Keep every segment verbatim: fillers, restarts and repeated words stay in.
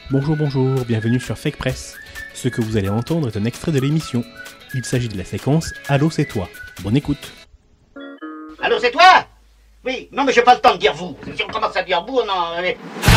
Bonjour, bonjour, bienvenue sur Fake Press. Ce que vous allez entendre est un extrait de l'émission. Il s'agit de la séquence Allô, c'est toi. Bonne écoute. Allô, c'est toi? Oui, non mais j'ai pas le temps de dire vous. Si on commence à dire vous, non... Mais...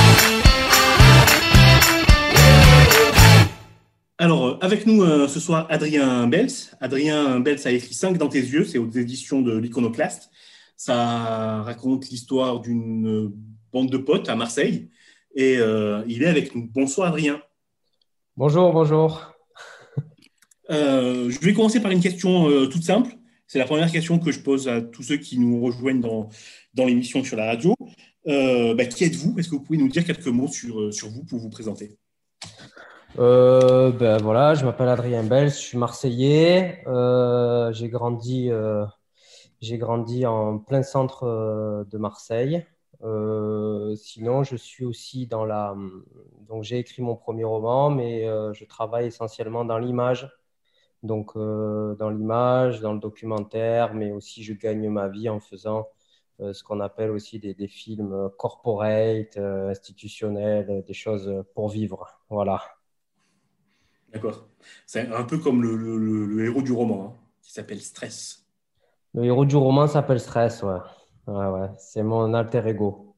Alors, euh, avec nous euh, ce soir, Adrien Bels. Adrien Bels a écrit cinq dans tes yeux, c'est aux éditions de l'Iconoclaste. Ça raconte l'histoire d'une bande de potes à Marseille. Et euh, il est avec nous. Bonsoir, Adrien. Bonjour, bonjour. Euh, je vais commencer par une question euh, toute simple. C'est la première question que je pose à tous ceux qui nous rejoignent dans, dans l'émission sur la radio. Euh, bah, qui êtes-vous? Est-ce que vous pouvez nous dire quelques mots sur, sur vous pour vous présenter? Euh, ben voilà, je m'appelle Adrien Bels, je suis marseillais. Euh, j'ai grandi, euh, j'ai grandi en plein centre euh, de Marseille. Euh, sinon, je suis aussi dans la. Donc, j'ai écrit mon premier roman, mais euh, je travaille essentiellement dans l'image. Donc, euh, dans l'image, dans le documentaire, mais aussi je gagne ma vie en faisant euh, ce qu'on appelle aussi des, des films corporate, euh, institutionnels, des choses pour vivre. Voilà. D'accord. C'est un peu comme le, le, le, le héros du roman, hein, qui s'appelle Stress. Le héros du roman s'appelle Stress, ouais. Ouais, ouais. C'est mon alter ego.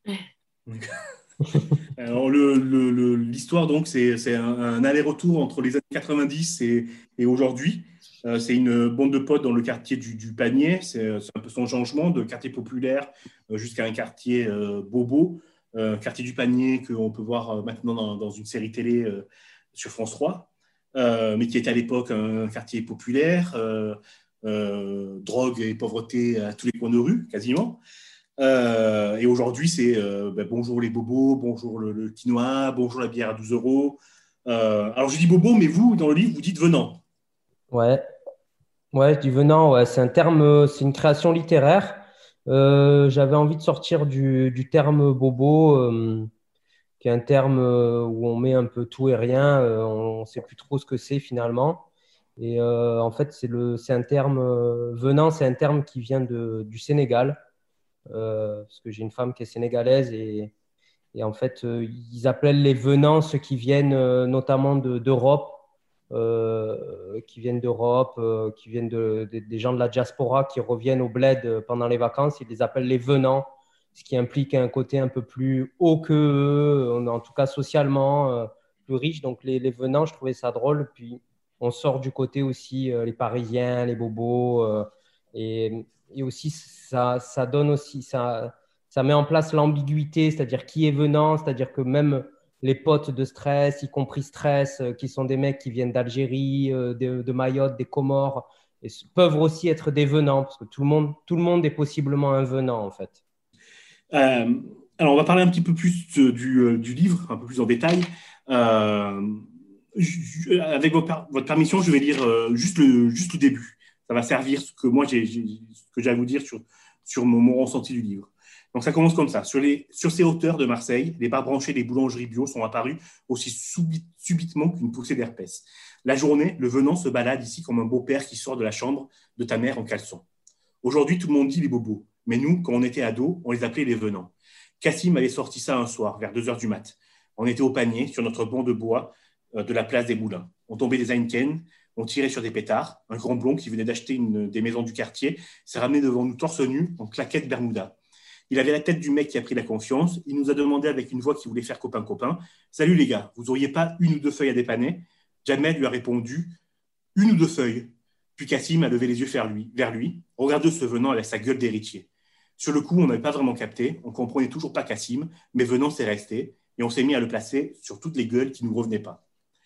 Alors, le, le, le, l'histoire, donc, c'est, c'est un, un aller-retour entre les années quatre-vingt-dix et, et aujourd'hui. Euh, c'est une bande de potes dans le quartier du, du Panier. C'est, c'est un peu son changement de quartier populaire euh, jusqu'à un quartier euh, bobo. Euh, quartier du Panier qu'on peut voir euh, maintenant dans, dans une série télé euh, sur France trois, euh, mais qui était à l'époque un quartier populaire, euh, euh, drogue et pauvreté à tous les coins de rue, quasiment. Euh, et aujourd'hui, c'est euh, ben, bonjour les bobos, bonjour le, le quinoa, bonjour la bière à douze euros. Euh, alors, je dis bobo, mais vous, dans le livre, vous dites venant. Ouais, ouais, du venant, ouais. C'est un terme, c'est une création littéraire. Euh, j'avais envie de sortir du, du terme bobo, euh, qui est un terme euh, où on met un peu tout et rien. Euh, on ne sait plus trop ce que c'est finalement. Et euh, en fait, c'est le, c'est un terme, euh, venant, c'est un terme qui vient de, du Sénégal. Euh, parce que j'ai une femme qui est sénégalaise et, et en fait, euh, ils appellent les venants ceux qui viennent euh, notamment de, d'Europe, euh, qui viennent d'Europe, euh, qui viennent de, de- des gens de la diaspora qui reviennent au bled euh, pendant les vacances. Ils les appellent les venants, ce qui implique un côté un peu plus haut que eux, en tout cas socialement euh, plus riche. Donc les, les venants, je trouvais ça drôle. Puis on sort du côté aussi euh, les Parisiens, les bobos, euh, et, et aussi ça, ça donne aussi ça, ça met en place l'ambiguïté, c'est-à-dire qui est venant, c'est-à-dire que même les potes de Stress, y compris Stress, euh, qui sont des mecs qui viennent d'Algérie, euh, de, de Mayotte, des Comores, et s- peuvent aussi être des venants, parce que tout le monde, tout le monde est possiblement un venant, en fait. Euh, alors, on va parler un petit peu plus de- du, euh, du livre, un peu plus en détail. Euh, je- avec votre, per- votre permission, je vais lire euh, juste, le, juste le début. Ça va servir ce que moi j'ai, j'ai- ce que j'ai à vous dire sur, sur mon, mon ressenti du livre. Donc, ça commence comme ça. Sur, les, sur ces hauteurs de Marseille, les bars branchés des boulangeries bio sont apparus aussi subit- subitement qu'une poussée d'herpès. La journée, le venant se balade ici comme un beau-père qui sort de la chambre de ta mère en caleçon. Aujourd'hui, tout le monde dit les bobos. Mais nous, quand on était ados, on les appelait les venants. Cassim avait sorti ça un soir, vers deux heures du mat. On était au panier, sur notre banc de bois euh, de la place des Moulins. On tombait des Heineken, on tirait sur des pétards. Un grand blond qui venait d'acheter une des maisons du quartier s'est ramené devant nous torse nu, en claquette Bermuda. Il avait la tête du mec qui a pris la confiance. Il nous a demandé avec une voix qui voulait faire copain-copain: Salut les gars, vous auriez pas une ou deux feuilles à dépanner? Jamel lui a répondu: Une ou deux feuilles. Puis Cassim a levé les yeux vers lui. Vers lui. Regardez ce venant avec sa gueule d'héritier. Sur le coup, on n'avait pas vraiment capté. On ne comprenait toujours pas Cassim, mais venant, c'est resté. Et on s'est mis à le placer sur toutes les gueules qui ne nous revenaient pas.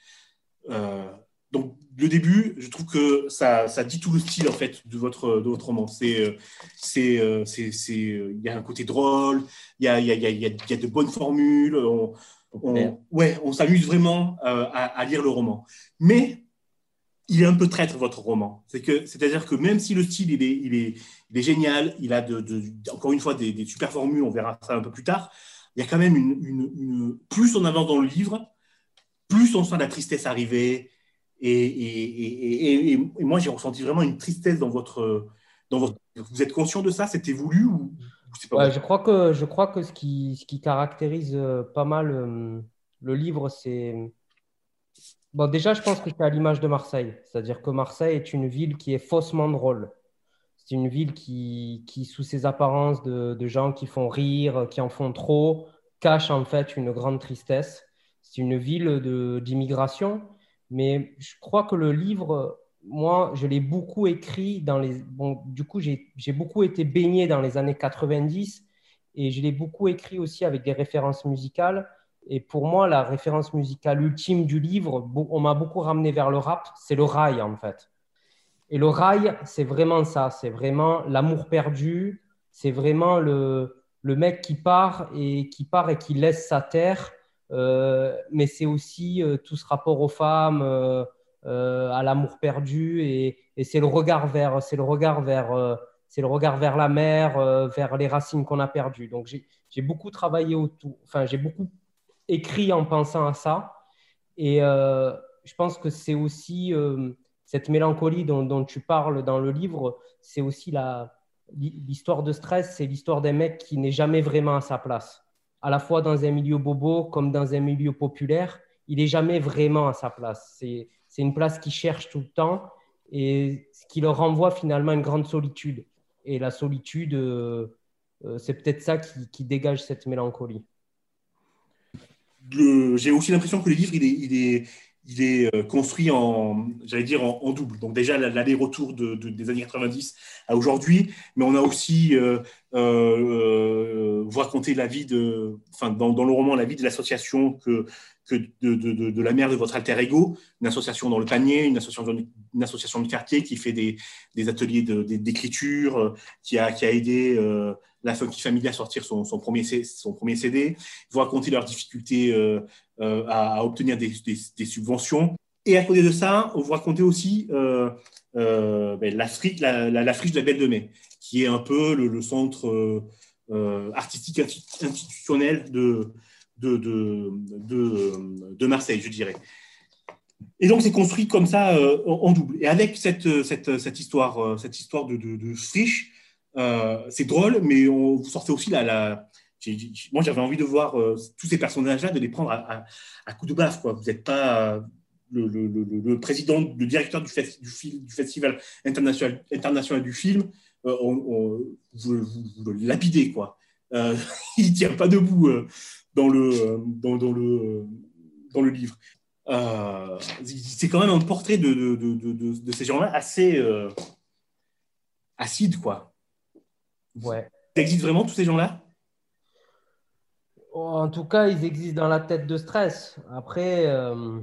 Euh, donc, le début, je trouve que ça, ça dit tout le style en fait de votre, de votre roman. C'est, c'est, c'est, c'est, il y a un côté drôle, il y a, il y a, il y a, il y a de bonnes formules. On, on, ouais, on s'amuse vraiment euh, à, à lire le roman. Mais il est un peu traître, votre roman. C'est que, c'est-à-dire que même si le style, il est, il est, il est génial, il a de, de, encore une fois des, des super formules, on verra ça un peu plus tard, il y a quand même une, une, une plus on avance dans le livre, plus on sent la tristesse arriver. Et, et, et, et, et moi, j'ai ressenti vraiment une tristesse dans votre, dans votre... Vous êtes conscient de ça? C'était voulu ou, ou c'est pas Ouais, votre... je crois que, je crois que ce qui, ce qui caractérise euh, pas mal euh, le livre, c'est… Bon, déjà, je pense que c'est à l'image de Marseille. C'est-à-dire que Marseille est une ville qui est faussement drôle. C'est une ville qui, qui sous ses apparences de, de gens qui font rire, qui en font trop, cache en fait une grande tristesse. C'est une ville de, d'immigration. Mais je crois que le livre, moi, je l'ai beaucoup écrit dans les… Bon, du coup, j'ai, j'ai beaucoup été baigné dans les années quatre-vingt-dix et je l'ai beaucoup écrit aussi avec des références musicales. Et pour moi, la référence musicale ultime du livre, on m'a beaucoup ramené vers le rap, c'est le rail en fait. Et le rail, c'est vraiment ça, c'est vraiment l'amour perdu, c'est vraiment le, le mec qui part et qui part et qui laisse sa terre, euh, mais c'est aussi euh, tout ce rapport aux femmes, euh, euh, à l'amour perdu, et, et c'est le regard vers, c'est le regard vers, euh, c'est le regard vers la mer, euh, vers les racines qu'on a perdues. Donc j'ai, j'ai beaucoup travaillé autour, enfin j'ai beaucoup écrit en pensant à ça, et euh, je pense que c'est aussi euh, cette mélancolie dont, dont tu parles dans le livre, c'est aussi la, l'histoire de stress, c'est l'histoire d'un mec qui n'est jamais vraiment à sa place. À la fois dans un milieu bobo comme dans un milieu populaire, il n'est jamais vraiment à sa place. C'est, c'est une place qu'il cherche tout le temps et ce qui le renvoie finalement à une grande solitude. Et la solitude, euh, euh, c'est peut-être ça qui, qui dégage cette mélancolie. Le, j'ai aussi l'impression que le livre, il est, il est, il est euh, construit en, j'allais dire, en, en double. Donc déjà, l'aller-retour de, de, des années quatre-vingt-dix à aujourd'hui, mais on a aussi, euh, euh, vous racontez la vie de, enfin, dans, dans le roman, la vie de l'association que, que de, de, de, de la mère de votre alter ego, une association dans le panier, une association, une association de quartier qui fait des, des ateliers de, d'écriture, qui a, qui a aidé euh, la Funky Family à sortir son, son, premier, son premier C D. Vous racontez leurs difficultés euh, euh, à, à obtenir des, des, des subventions. Et à côté de ça, vous racontez aussi euh, euh, ben, la, friche, la, la, la friche de la Belle de Mai, qui est un peu le, le centre euh, euh, artistique institutionnel de, de, de, de, de Marseille, je dirais. Et donc, c'est construit comme ça euh, en double. Et avec cette, cette, cette histoire, cette histoire de, de, de friche, euh, c'est drôle, mais on, vous sortez aussi la… la j'ai, j'ai, moi, j'avais envie de voir euh, tous ces personnages-là, de les prendre à, à, à coups de baffe, quoi. Vous n'êtes pas… Le, le, le, le président, le directeur du, festi- du, film, du Festival international, international du film, euh, on, on, vous, vous, vous le lapidez, quoi. Euh, il ne tient pas debout euh, dans, le, dans, dans, le, dans le livre. Euh, c'est quand même un portrait de, de, de, de, de ces gens-là assez euh, acide, quoi. Ouais. Ça existe vraiment, tous ces gens-là? En tout cas, ils existent dans la tête de stress. Après… Euh...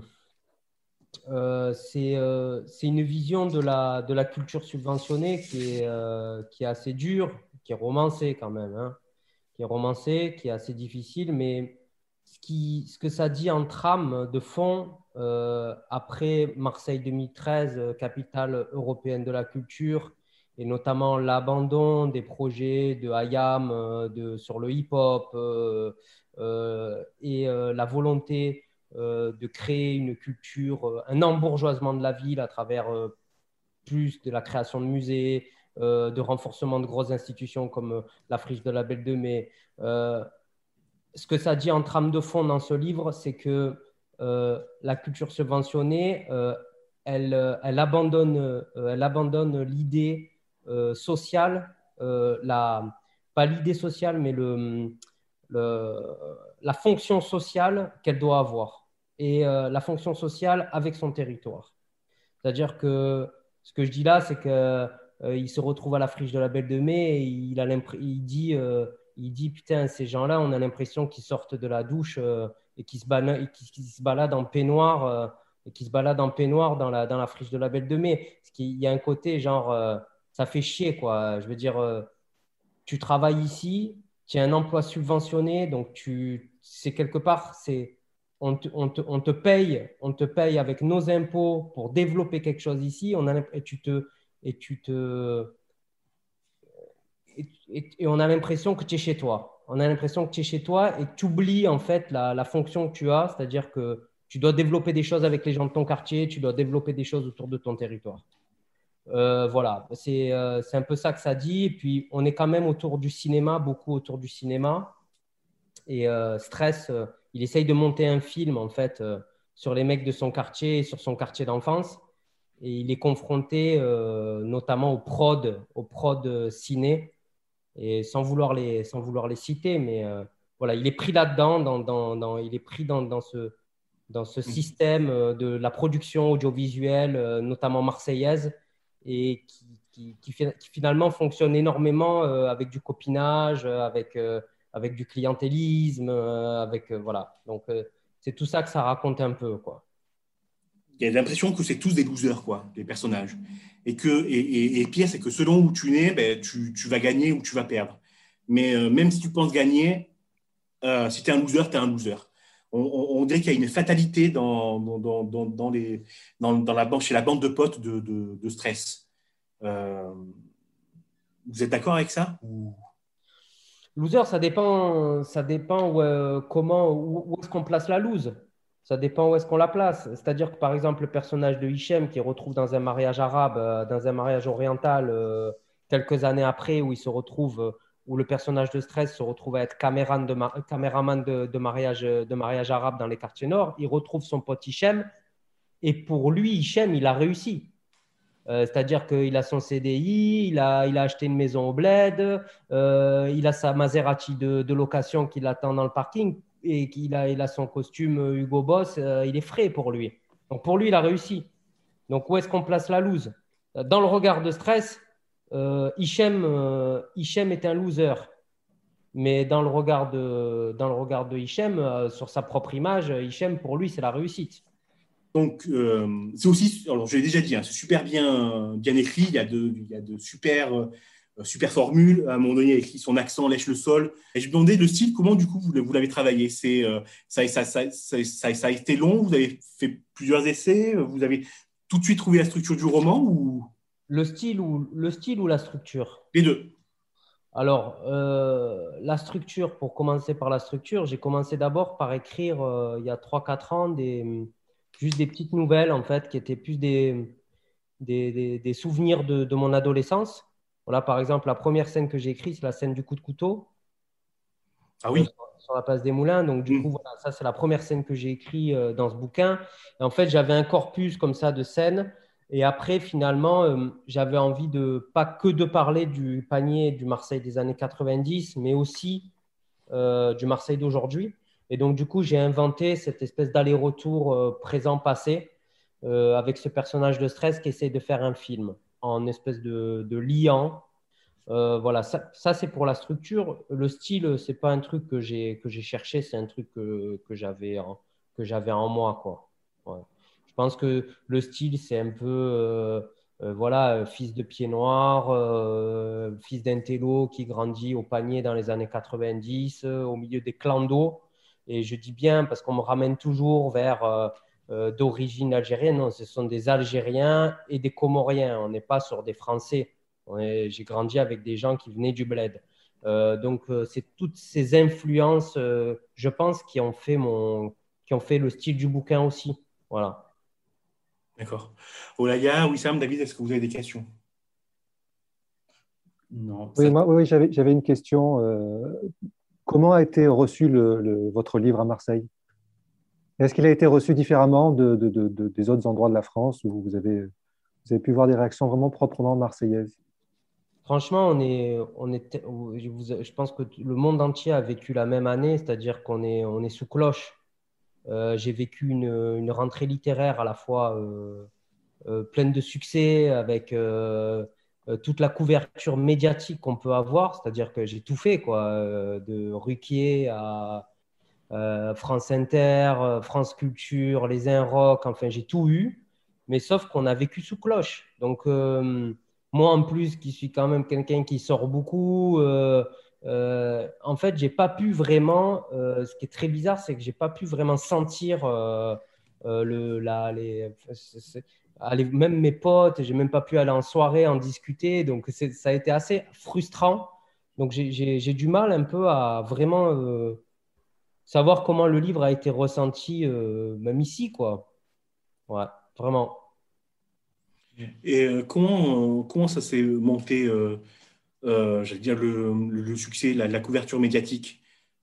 Euh, c'est, euh, c'est une vision de la, de la culture subventionnée qui est, euh, qui est assez dure, qui est romancée quand même, hein, qui est romancée, qui est assez difficile, mais ce, qui, ce que ça dit en trame de fond, euh, après Marseille deux mille treize, capitale européenne de la culture, et notamment l'abandon des projets de Hayam euh, de, sur le hip-hop euh, euh, et euh, la volonté Euh, de créer une culture, euh, un embourgeoisement de la ville à travers euh, plus de la création de musées, euh, de renforcement de grosses institutions comme euh, la friche de la Belle de Mai. Euh, ce que ça dit en trame de fond dans ce livre, c'est que euh, la culture subventionnée, euh, elle, elle, abandonne, euh, elle abandonne l'idée euh, sociale, euh, la, pas l'idée sociale, mais le, le, la fonction sociale qu'elle doit avoir et euh, la fonction sociale avec son territoire. C'est-à-dire que ce que je dis là, c'est qu'il euh, se retrouve à la friche de la Belle de Mai et il, a il, dit, euh, il dit, putain, ces gens-là, on a l'impression qu'ils sortent de la douche euh, et qu'ils se, baladent, qu'ils, qu'ils se baladent en peignoir, euh, et qu'ils se baladent en peignoir dans la, dans la friche de la Belle de Mai. Parce qu'il y a un côté, genre, euh, ça fait chier, quoi. Je veux dire, euh, tu travailles ici, tu as un emploi subventionné, donc tu, c'est quelque part, c'est… On te, on, te, on te paye, on te paye avec nos impôts pour développer quelque chose ici, on a, et tu te, et tu te, et, et, et on a l'impression que tu es chez toi. On a l'impression que tu es chez toi et que tu oublies en fait la, la fonction que tu as, c'est-à-dire que tu dois développer des choses avec les gens de ton quartier, tu dois développer des choses autour de ton territoire. Euh, voilà, c'est, euh, c'est un peu ça que ça dit. Et puis, on est quand même autour du cinéma, beaucoup autour du cinéma. et euh, Stress, euh, il essaye de monter un film en fait euh, sur les mecs de son quartier, sur son quartier d'enfance. Et il est confronté euh, notamment aux prod, aux prod euh, ciné, et sans vouloir les, sans vouloir les citer, mais euh, voilà, il est pris là-dedans, dans, dans, dans, il est pris dans, dans ce, dans ce système euh, de la production audiovisuelle, euh, notamment marseillaise, et qui, qui, qui, qui finalement fonctionne énormément euh, avec du copinage, euh, avec, euh, avec du clientélisme, euh, avec euh, voilà. Donc euh, c'est tout ça que ça raconte un peu, quoi. Il y a l'impression que c'est tous des losers, quoi, les personnages. Et que et, et, et pire, c'est que selon où tu nais, ben, tu, tu vas gagner ou tu vas perdre. Mais euh, même si tu penses gagner, euh, si tu es un loser, tu es un loser. On, on, on dirait qu'il y a une fatalité dans, dans, dans, dans, les, dans, dans la, chez la bande de potes de, de, de Stress. Euh, vous êtes d'accord avec ça ou... Loser, ça dépend, ça dépend où, euh, comment, où, où est-ce qu'on place la loose. Ça dépend où est-ce qu'on la place. C'est-à-dire que, par exemple, le personnage de Hichem qui retrouve dans un mariage arabe, euh, dans un mariage oriental, euh, quelques années après, où il se retrouve, euh, où le personnage de Stress se retrouve à être caméraman de, ma- caméraman de, de mariage, de mariage arabe dans les quartiers nord, il retrouve son pote Hichem, et pour lui, Hichem, il a réussi. Euh, c'est-à-dire qu'il a son C D I, il a, il a acheté une maison au bled, euh, il a sa Maserati de, de location qui l'attend dans le parking et qu'il a, il a son costume Hugo Boss, euh, il est frais pour lui. Donc pour lui, il a réussi. Donc où est-ce qu'on place la loose? Dans le regard de Stress, euh, Hichem, euh, Hichem est un loser. Mais dans le regard de, dans le regard de Hichem, euh, sur sa propre image, Hichem, pour lui, c'est la réussite. Donc, euh, c'est aussi, alors je l'ai déjà dit, hein, c'est super bien, bien écrit. Il y a de, il y a de super, euh, super formules. À un moment donné, il a écrit son accent lèche le sol. Et je me demandais le style, comment du coup vous, vous l'avez travaillé? C'est, euh, ça, ça, ça, ça, ça, ça a été long? Vous avez fait plusieurs essais? Vous avez tout de suite trouvé la structure du roman ou Le style ou, le style ou la structure? les deux? Alors, euh, la structure, pour commencer par la structure, j'ai commencé d'abord par écrire euh, il y a trois quatre ans des, juste des petites nouvelles en fait, qui étaient plus des, des, des- des souvenirs de, de mon adolescence. Voilà, par exemple, la première scène que j'ai écrite, c'est la scène du coup de couteau Ah euh, oui. sur, sur la place des Moulins. Donc, du coup, Mmh. voilà, ça, c'est la première scène que j'ai écrite euh, dans ce bouquin. Et en fait, j'avais un corpus comme ça de scènes. Et après, finalement, euh, j'avais envie de, pas que de parler du panier du Marseille des années quatre-vingt-dix, mais aussi euh, du Marseille d'aujourd'hui. Et donc, du coup, j'ai inventé cette espèce d'aller-retour euh, présent-passé euh, avec ce personnage de Stress qui essaie de faire un film en espèce de, de liant. Euh, voilà, ça, ça, c'est pour la structure. Le style, c'est pas un truc que j'ai que j'ai cherché, c'est un truc que, que j'avais en, que j'avais en moi, quoi. Ouais. Je pense que le style, c'est un peu euh, euh, voilà, euh, fils de pied noir, euh, fils d'un télo qui grandit au panier dans les années quatre-vingt-dix, euh, au milieu des clandos. Et je dis bien parce qu'on me ramène toujours vers euh, euh, d'origine algérienne. Non, ce sont des Algériens et des Comoriens. On n'est pas sur des Français. Ouais, j'ai grandi avec des gens qui venaient du bled. Euh, donc, euh, c'est toutes ces influences, euh, je pense, qui ont fait mon, qui ont fait le style du bouquin aussi. Voilà. D'accord. Olaya, Wissam, David, est-ce que vous avez des questions? Non, Oui, ça, moi, oui, j'avais, j'avais une question. euh, comment a été reçu le, le- votre livre à Marseille? Est-ce qu'il a été reçu différemment de, de- de- de- des autres endroits de la France où vous avez, vous avez pu voir des réactions vraiment proprement marseillaises? Franchement, on est, on est, je vous- je pense que le monde entier a vécu la même année, c'est-à-dire qu'on est, on est sous cloche. Euh, j'ai vécu une, une rentrée littéraire à la fois euh, euh, pleine de succès, avec euh, euh, toute la couverture médiatique qu'on peut avoir, c'est-à-dire que j'ai tout fait, quoi, euh, de Ruquier à euh, France Inter, euh, France Culture, les Inrocks, enfin j'ai tout eu, mais sauf qu'on a vécu sous cloche. Donc euh, moi en plus, qui suis quand même quelqu'un qui sort beaucoup, euh, euh, en fait j'ai pas pu vraiment, euh, ce qui est très bizarre, c'est que j'ai pas pu vraiment sentir euh, euh, le, la, les, c'est- c'est- aller- même mes potes, j'ai même pas pu aller en soirée, en discuter, donc c'est- ça a été assez frustrant. Donc j'ai j'ai- j'ai du mal un peu à vraiment euh, savoir comment le livre a été ressenti, euh, même ici, quoi. Ouais, vraiment. Et euh, comment, euh, comment ça s'est monté, euh, euh, j'allais dire, le, le succès, la, la couverture médiatique?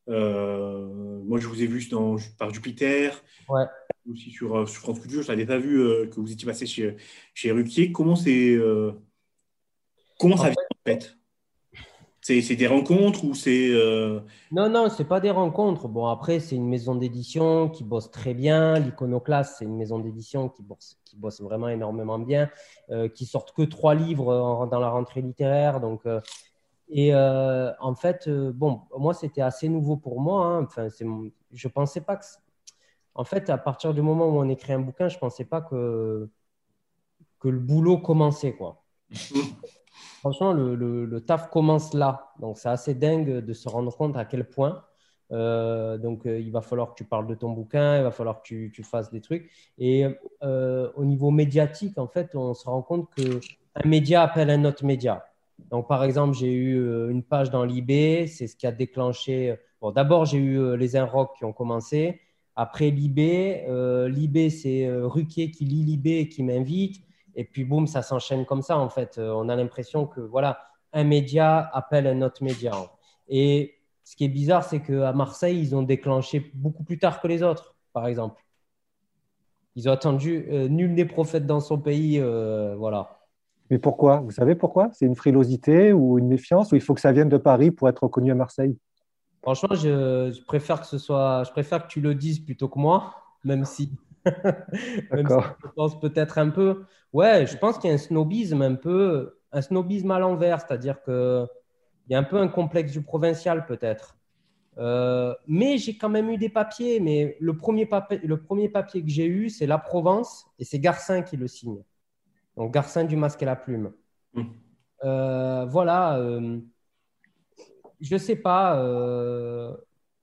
Euh, moi, je vous ai vu dans, par Jupiter, Ouais. aussi sur, sur France Culture. Je n'avais pas vu euh, que vous étiez passé chez, chez Ruquier. Comment, c'est, euh, comment ça En vient en fait? C'est, c'est des rencontres ou c'est… euh, Non, non, c'est pas des rencontres. Bon, après, c'est une maison d'édition qui bosse très bien. L'Iconoclaste, c'est une maison d'édition qui bosse, qui bosse vraiment énormément bien, euh, qui sortent que trois livres en- dans la rentrée littéraire. Donc, euh, et euh, en fait, euh, bon, moi, c'était assez nouveau pour moi, hein. Enfin, c'est, mon- je pensais pas que. c- En fait, à partir du moment où on écrit un bouquin, je pensais pas que, que le boulot commençait, quoi. Franchement, le, le- le taf commence là. Donc, c'est assez dingue de se rendre compte à quel point. Euh, donc, euh, il va falloir que tu parles de ton bouquin, il va falloir que tu, tu fasses des trucs. Et euh, au niveau médiatique, en fait, on se rend compte qu'un média appelle un autre média. Donc, par exemple, j'ai eu euh, une page dans Libé, c'est ce qui a déclenché. Bon, d'abord, j'ai eu euh, les Inrocks qui ont commencé. Après, Libé. Euh, Libé, c'est euh, Ruquier qui lit Libé et qui m'invite. Et puis, boum, ça s'enchaîne comme ça, en fait. Euh, on a l'impression que, voilà, un média appelle un autre média. Et ce qui est bizarre, c'est qu'à Marseille, ils ont déclenché beaucoup plus tard que les autres, par exemple. Ils ont attendu, euh, nul n'est prophète dans son pays, euh, voilà. Mais pourquoi? Vous savez pourquoi? C'est une frilosité ou une méfiance ou il faut que ça vienne de Paris pour être reconnu à Marseille? Franchement, je, je préfère que ce soit, je préfère que tu le dises plutôt que moi, même si, même si D'accord. je pense peut-être un peu. Ouais, je pense qu'il y a un snobisme un peu, un snobisme à l'envers, c'est-à-dire que il y a un peu un complexe du provincial peut-être. Euh, mais j'ai quand même eu des papiers. Mais le premier papier, le premier papier que j'ai eu, c'est La Provence et c'est Garcin qui le signe. Donc Garcin du Masque et la Plume. Mm. Euh, voilà. Euh, je sais pas. Euh,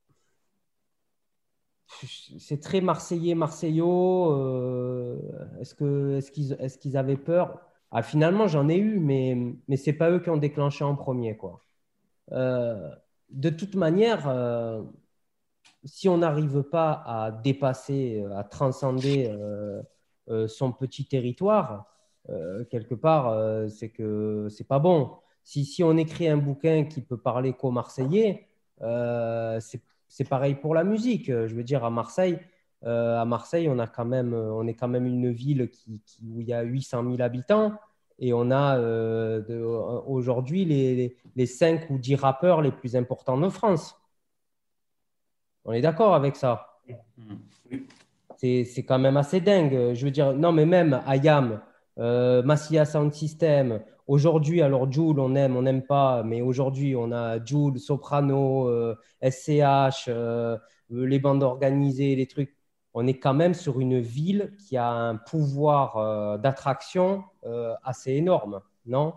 c'est très marseillais, marseillot. Euh, est-ce que, est-ce qu'ils, est-ce qu'ils avaient peur? Ah, finalement, j'en ai eu, mais, mais c'est pas eux qui ont déclenché en premier, quoi. Euh, de toute manière, euh, si on n'arrive pas à dépasser, à transcender euh, euh, son petit territoire, euh, quelque part, euh, c'est que c'est pas bon. Si, si on écrit un bouquin qui peut parler qu'aux Marseillais, euh, c'est, c'est pareil pour la musique. Je veux dire, à Marseille, euh, à Marseille, on a quand même, on est quand même une ville qui, qui- où il y a huit cent mille habitants. Et on a euh, de- aujourd'hui les, les, les cinq ou dix rappeurs les plus importants de France. On est d'accord avec ça. Mm. C'est, c'est quand même assez dingue. Je veux dire, non, mais même Ayam, euh, Massilia Sound System, aujourd'hui, alors Jul, on aime, on n'aime pas, mais aujourd'hui, on a Jul, Soprano, euh, S C H, euh, les bandes organisées, les trucs. On est quand même sur une ville qui a un pouvoir euh, d'attraction euh, assez énorme, non?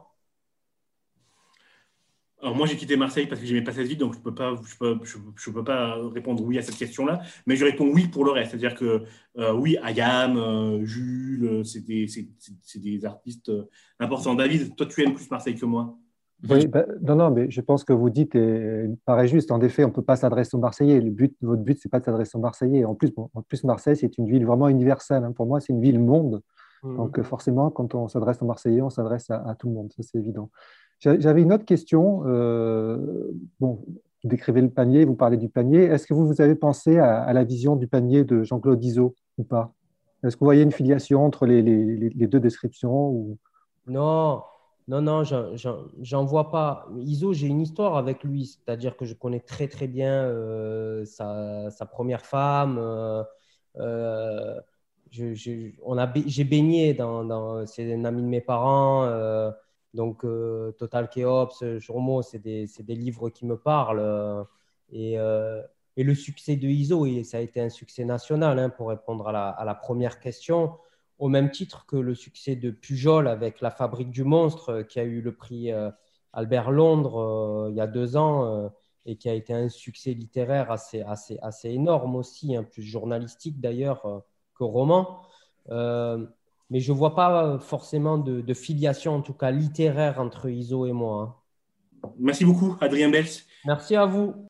Alors moi, j'ai quitté Marseille parce que j'aimais pas cette ville, donc je peux pas, je peux, je, je peux pas répondre oui à cette question-là. Mais je réponds oui pour le reste, c'est-à-dire que euh, oui, Ayam, euh, Jules, euh, c'est des, c'est, c'est- c'est des artistes euh, importants. David, toi, tu aimes plus Marseille que moi. Oui, ben, non, non, mais je pense que vous dites et paraît juste. En effet, on ne peut pas s'adresser aux Marseillais. Le but, votre but, c'est pas de s'adresser aux Marseillais. En plus, bon, en plus, Marseille, c'est une ville vraiment universelle, hein. Pour moi, c'est une ville monde. Donc, euh, forcément, quand on s'adresse aux Marseillais, on s'adresse à, à tout le monde. Ça, c'est évident. J'a- J'avais une autre question. Euh, bon, vous décrivez le panier, vous parlez du panier. Est-ce que vous, vous avez pensé à, à la vision du panier de Jean-Claude Izzo ou pas? Est-ce que vous voyez une filiation entre les, les- les- les deux descriptions ou... Non, non, non, j'en j'en- j'en vois pas. Iso, j'ai une histoire avec lui, c'est-à-dire que je connais très très bien euh, sa, sa première femme. euh, euh, je- je- on a, ba- j'ai baigné dans, dans- c'est un ami de mes parents, euh, donc euh, Total Kéops, Jourmo, c'est des, c'est des livres qui me parlent. euh, et, euh, et le succès de Iso, il- ça a été un succès national, hein, pour répondre à la, à la première question au même titre que le succès de Pujol avec La Fabrique du Monstre, euh, qui a eu le prix euh, Albert Londres euh, il y a deux ans euh, et qui a été un succès littéraire assez, assez, assez énorme aussi, hein, plus journalistique d'ailleurs euh, que roman. Euh, mais je ne vois pas forcément de, de filiation, en tout cas littéraire, entre Iso et moi, hein. Merci beaucoup, Adrien Bels. Merci à vous.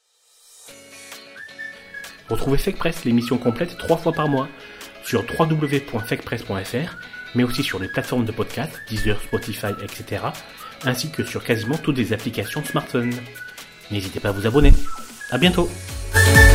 Retrouvez Fake Press, l'émission complète trois fois par mois sur w w w point fake press point f r, mais aussi sur les plateformes de podcast, Deezer, Spotify, et cetera, ainsi que sur quasiment toutes les applications smartphone. N'hésitez pas à vous abonner. À bientôt.